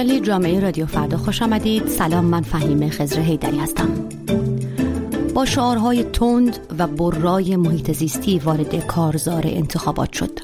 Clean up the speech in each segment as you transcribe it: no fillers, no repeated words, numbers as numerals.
مجله جامعه رادیو فردا خوش آمدید. سلام، من فهیم خضر حیدری هستم. با شعارهای تند و برای محیط زیستی وارد کارزار انتخابات شد.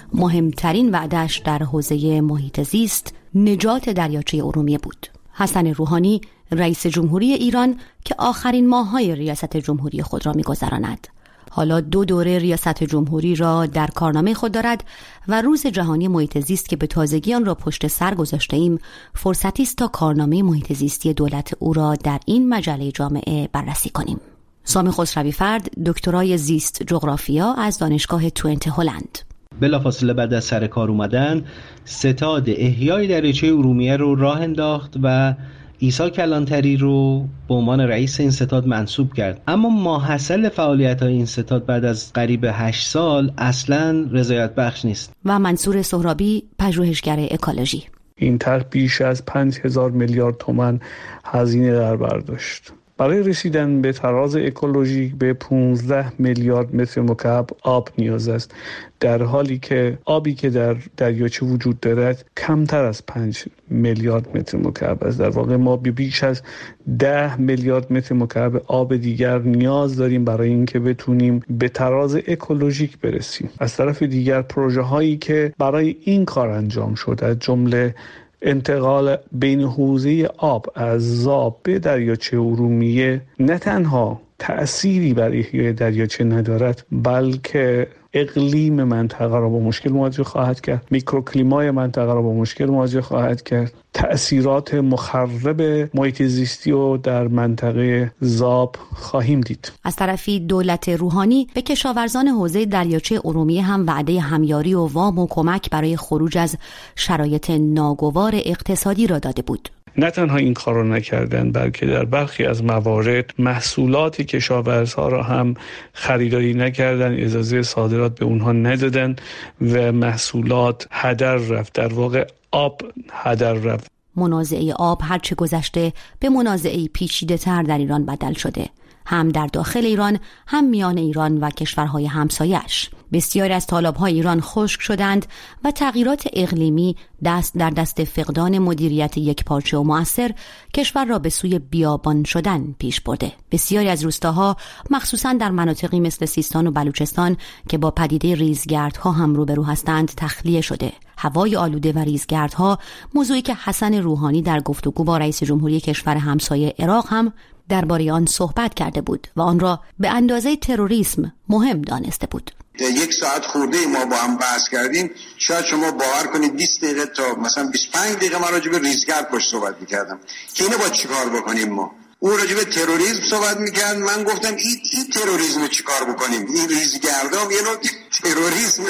مهمترین وعده‌اش در حوزه محیط زیست نجات دریاچه ارومیه بود. حسن روحانی رئیس جمهوری ایران که آخرین ماه‌های ریاست جمهوری خود را می‌گذراند، حالا 2 دوره ریاست جمهوری را در کارنامه خود دارد و روز جهانی محیط زیست که به تازگی آن را پشت سر گذاشته ایم فرصتی است تا کارنامه محیط زیستی دولت او را در این مجله جامعه بررسی کنیم. سامی خسروی فرد دکترای زیست جغرافیا از دانشگاه توئنته هلند. بلافاصله بعد از سر کار اومدن ستاد احیای دریاچه ارومیه رو راه انداخت و عیسی کلانتری رو به عنوان رئیس این ستاد منصوب کرد. اما ماحصل فعالیت‌های این ستاد بعد از قریب 8 سال اصلاً رضایت بخش نیست. و منصور سهرابی پژوهشگر اکولوژی. این طرح بیش از 5000 میلیارد تومان هزینه در بر داشت. برای رسیدن به تراز اکولوژیک به 15 میلیارد متر مکعب آب نیاز است، در حالی که آبی که در دریاچه وجود دارد کمتر از 5 میلیارد متر مکعب است. در واقع ما بیش از 10 میلیارد متر مکعب آب دیگر نیاز داریم برای اینکه بتونیم به تراز اکولوژیک برسیم. از طرف دیگر پروژه هایی که برای این کار انجام شده، از جمله انتقال بین حوزه آب از زاب به دریاچه ارومیه، نه تنها تأثیری بر احیای دریاچه ندارد، بلکه اقلیم منطقه را با مشکل مواجه خواهد کرد، میکروکلیمای منطقه را با مشکل مواجه خواهد کرد، تأثیرات مخرب محیط زیستی رو در منطقه زاب خواهیم دید. از طرفی دولت روحانی به کشاورزان حوزه دریاچه ارومیه هم وعده همیاری و وام و کمک برای خروج از شرایط ناگوار اقتصادی را داده بود. نه تنها این کار رو نکردن، بلکه در برخی از موارد محصولات کشاورزها را هم خریداری نکردن، اجازه صادرات به اونها ندادن و محصولات هدر رفت. در واقع آب هدر رفت. منازعه آب هرچه گذشته به منازعه پیچیده تر در ایران بدل شده، هم در داخل ایران هم میان ایران و کشورهای همسایش. بسیاری از تالاب‌های ایران خشک شدند و تغییرات اقلیمی دست در دست فقدان مدیریت یکپارچه و مؤثر کشور را به سوی بیابان شدن پیش برده. بسیاری از روستاها مخصوصاً در مناطقی مثل سیستان و بلوچستان که با پدیده ریزگردها هم روبرو هستند تخلیه شده. هوای آلوده و ریزگردها موضوعی که حسن روحانی در گفتگو با رئیس جمهوری کشور همسایه عراق هم درباره آن صحبت کرده بود و آن را به اندازه تروریسم مهم دانسته بود. 1 ساعت خورده ما با هم بحث کردیم، شاید شما باور کنید 20 دقیقه تا مثلا 25 دقیقه من راجع به ریزگرد باش صحبت می‌کردم که اینو با چیکار بکنیم. ما اون راجع به تروریسم صحبت می‌کرد، من گفتم این تروریسم چیکار بکنیم، این ریزگردام یه نوع تروریسمه.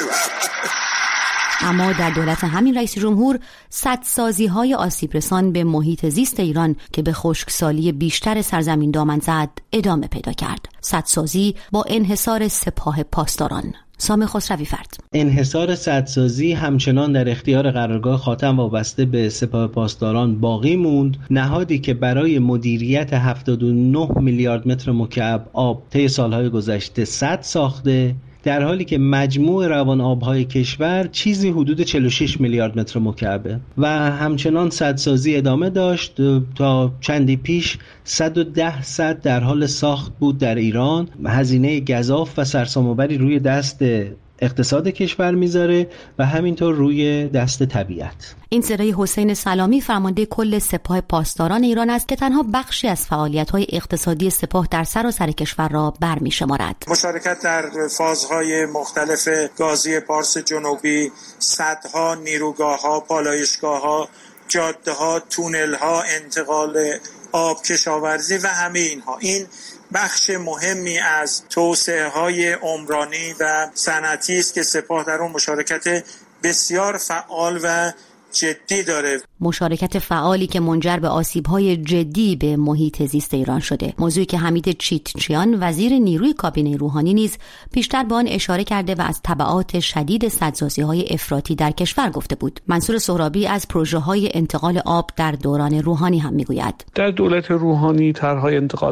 اما در دولت همین رئیس جمهور سدسازی‌های آسیب رسان به محیط زیست ایران که به خشکسالی بیشتر سرزمین دامن زد ادامه پیدا کرد. سدسازی با انحصار سپاه پاسداران. سامی خسروی فرد. انحصار سدسازی همچنان در اختیار قرارگاه خاتم وابسته به سپاه پاسداران باقی موند، نهادی که برای مدیریت 79 میلیارد متر مکعب آب طی سالهای گذشته سد ساخته، در حالی که مجموع روان آبهای کشور چیزی حدود 46 میلیارد متر مکعبه و همچنان سدسازی ادامه داشت. تا چندی پیش 110 سد در حال ساخت بود در ایران. هزینه گزاف و سرسام‌آوری روی دست اقتصاد کشور میذاره و همینطور روی دست طبیعت. این صدای حسین سلامی فرمانده کل سپاه پاسداران ایران است که تنها بخشی از فعالیت‌های اقتصادی سپاه در سراسر کشور را برمی‌شمارد. مشارکت در فازهای مختلف گازی پارس جنوبی، سدها، نیروگاه‌ها، پالایشگاه‌ها، جاده‌ها، تونل‌ها، انتقال آب، کشاورزی و همه اینها، این بخش مهمی از توسعه‌های عمرانی و صنعتی است که سپاه در اون مشارکت بسیار فعال و جدی داره. مشارکت فعالی که منجر به آسیب‌های جدی به محیط زیست ایران شده. موضوعی که حمید چیتچیان وزیر نیروی کابینه روحانی نیز پیشتر به آن اشاره کرده و از تبعات شدید سدسازی‌های افراطی در کشور گفته بود. منصور سهرابی از پروژه‌های انتقال آب در دوران روحانی هم میگوید. در دولت روحانی طرح‌های انتقال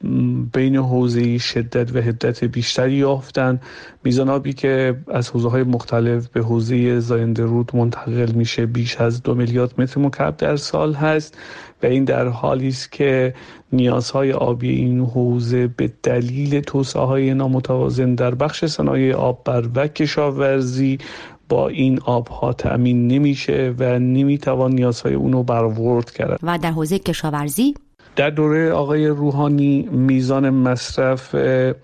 بین حوزه‌ای شدت و حدت بیشتری یافتن. میزان آبی که از حوزه‌های مختلف به حوزه زاینده رود منتقل میشه بیش از 2 میلیارد متر مکعب در سال هست و این در حالی است که نیازهای آبی این حوزه به دلیل توسعه‌های نامتوازن در بخش صنایع آببر و کشاورزی با این آبها تأمین نمیشه و نمیتوان نیازهای اونو برآورد کرد. و در حوزه کشاورزی در دوره آقای روحانی میزان مصرف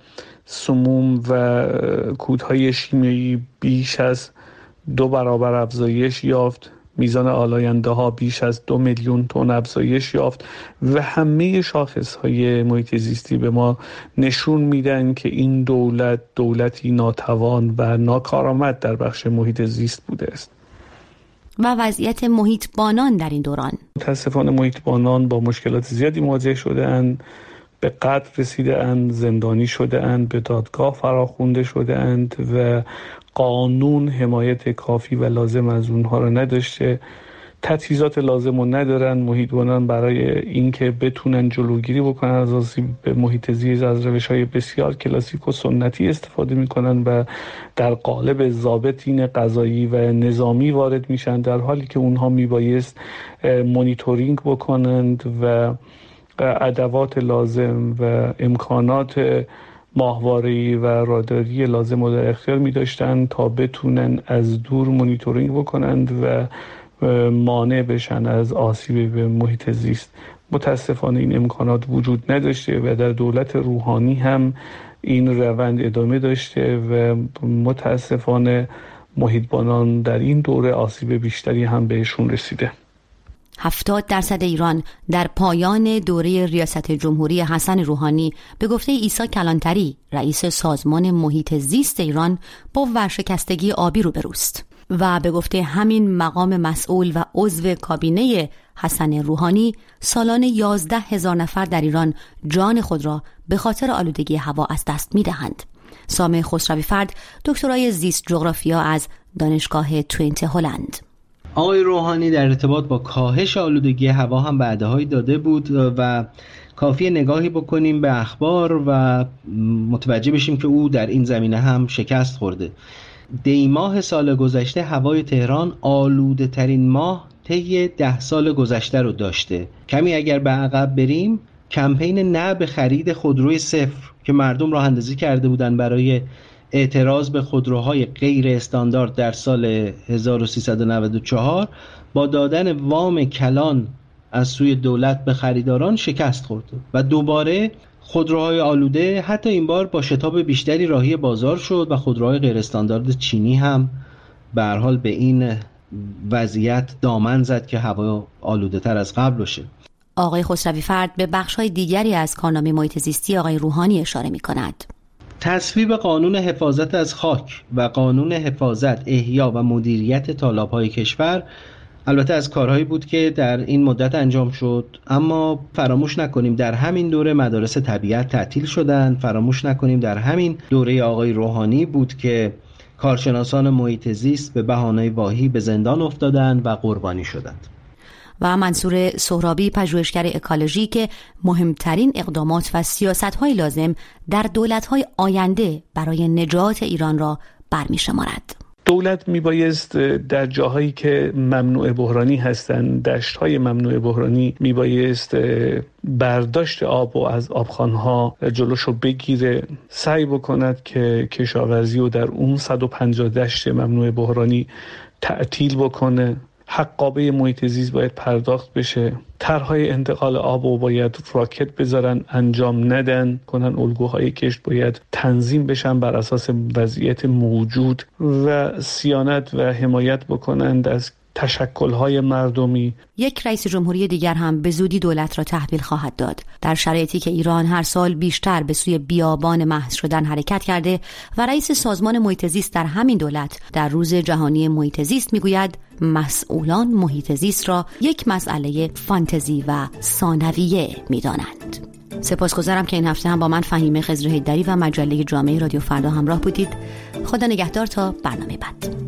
سموم و کودهای شیمیایی بیش از 2 برابر افزایش یافت. میزان آلاینده ها بیش از 2 میلیون تن افزایش یافت و همه شاخص های محیط زیستی به ما نشون میدن که این دولتی ناتوان و ناکارآمد در بخش محیط زیست بوده است. و وضعیت محیط بانان در این دوران، متاسفانه محیط بانان با مشکلات زیادی مواجه شده اند، به قتل رسیده اند، زندانی شده اند، به دادگاه فراخوانده شده اند و قانون حمایت کافی و لازم از اونها را نداشته. تجهیزات لازم رو ندارن محیط بانان برای اینکه بتونن جلوگیری بکنن از آسیب به محیط زیست. از روش‌های بسیار کلاسیک و سنتی استفاده میکنن و در قالب ضابطین قضایی و نظامی وارد میشن، در حالی که اونها میبایست مانیتورینگ بکنند و ادوات لازم و امکانات ماهواره‌ای و راداری لازم رو در اختیار می‌داشتند تا بتونن از دور مانیتورینگ بکنند و مانع بشن از آسیب به محیط زیست. متاسفانه این امکانات وجود نداشته و در دولت روحانی هم این روند ادامه داشته و متاسفانه محیط بانان در این دوره آسیب بیشتری هم بهشون رسیده. 70% ایران در پایان دوره ریاست جمهوری حسن روحانی به گفته عیسی کلانتری رئیس سازمان محیط زیست ایران با ورشکستگی آبی روبروست و به گفته همین مقام مسئول و عضو کابینه حسن روحانی سالانه 11,000 نفر در ایران جان خود را به خاطر آلودگی هوا از دست می‌دهند. سامح خسروی فرد دکترای زیست جغرافیا از دانشگاه توینت هلند. آقای روحانی در ارتباط با کاهش آلودگی هوا هم وعده‌هایی داده بود و کافیه نگاهی بکنیم به اخبار و متوجه بشیم که او در این زمینه هم شکست خورده. دیماه سال گذشته هوای تهران آلوده ترین ماه طی 10 سال گذشته رو داشته. کمی اگر به عقب بریم، کمپین نه به خرید خودروی صفر که مردم راه اندازی کرده بودن برای اعتراض به خودروهای غیر استاندارد در سال 1394 با دادن وام کلان از سوی دولت به خریداران شکست خورد و دوباره خودروهای آلوده حتی این بار با شتاب بیشتری راهی بازار شد و خودروهای غیر استاندارد چینی هم به هر حال به این وضعیت دامن زد که هوا آلوده تر از قبل باشه. آقای خسروی فرد به بخش‌های دیگری از کارنامه محیط زیستی آقای روحانی اشاره می‌کند. تصویب قانون حفاظت از خاک و قانون حفاظت، احیا و مدیریت تالاب‌های کشور البته از کارهایی بود که در این مدت انجام شد، اما فراموش نکنیم در همین دوره مدارس طبیعت تعطیل شدند. فراموش نکنیم در همین دوره آقای روحانی بود که کارشناسان محیط زیست به بهانه واهی به زندان افتادند و قربانی شدند. و منصور سهرابی پژوهشگر اکولوژی که مهمترین اقدامات و سیاست‌های لازم در دولت‌های آینده برای نجات ایران را برمی‌شمارد. دولت میبایست در جاهایی که ممنوع بحرانی هستند، دشت‌های ممنوع بحرانی، میبایست برداشت آب و از آبخوان‌ها جلوشو بگیره، سعی بکند که کشاورزی رو در اون 150 دشت ممنوع بحرانی تعطیل بکنه. حقابه محیط زیست باید پرداخت بشه. طرح‌های انتقال آب رو باید راکت بذارن، انجام ندن کنن. الگوهای کشت باید تنظیم بشن بر اساس وضعیت موجود و صیانت و حمایت بکنند از تشکل‌های مردمی. یک رئیس جمهوری دیگر هم به زودی دولت را تحویل خواهد داد، در شرایطی که ایران هر سال بیشتر به سوی بیابان محض شدن حرکت کرده و رئیس سازمان محیط زیست در همین دولت در روز جهانی محیط زیست میگوید مسئولان محیط زیست را یک مسئله فانتزی و ثانویه میدانند. سپاسگزارم که این هفته هم با من فهیمه خضر حیدری و مجله جامعه رادیو فردا همراه بودید. خدا نگهدار تا برنامه بعد.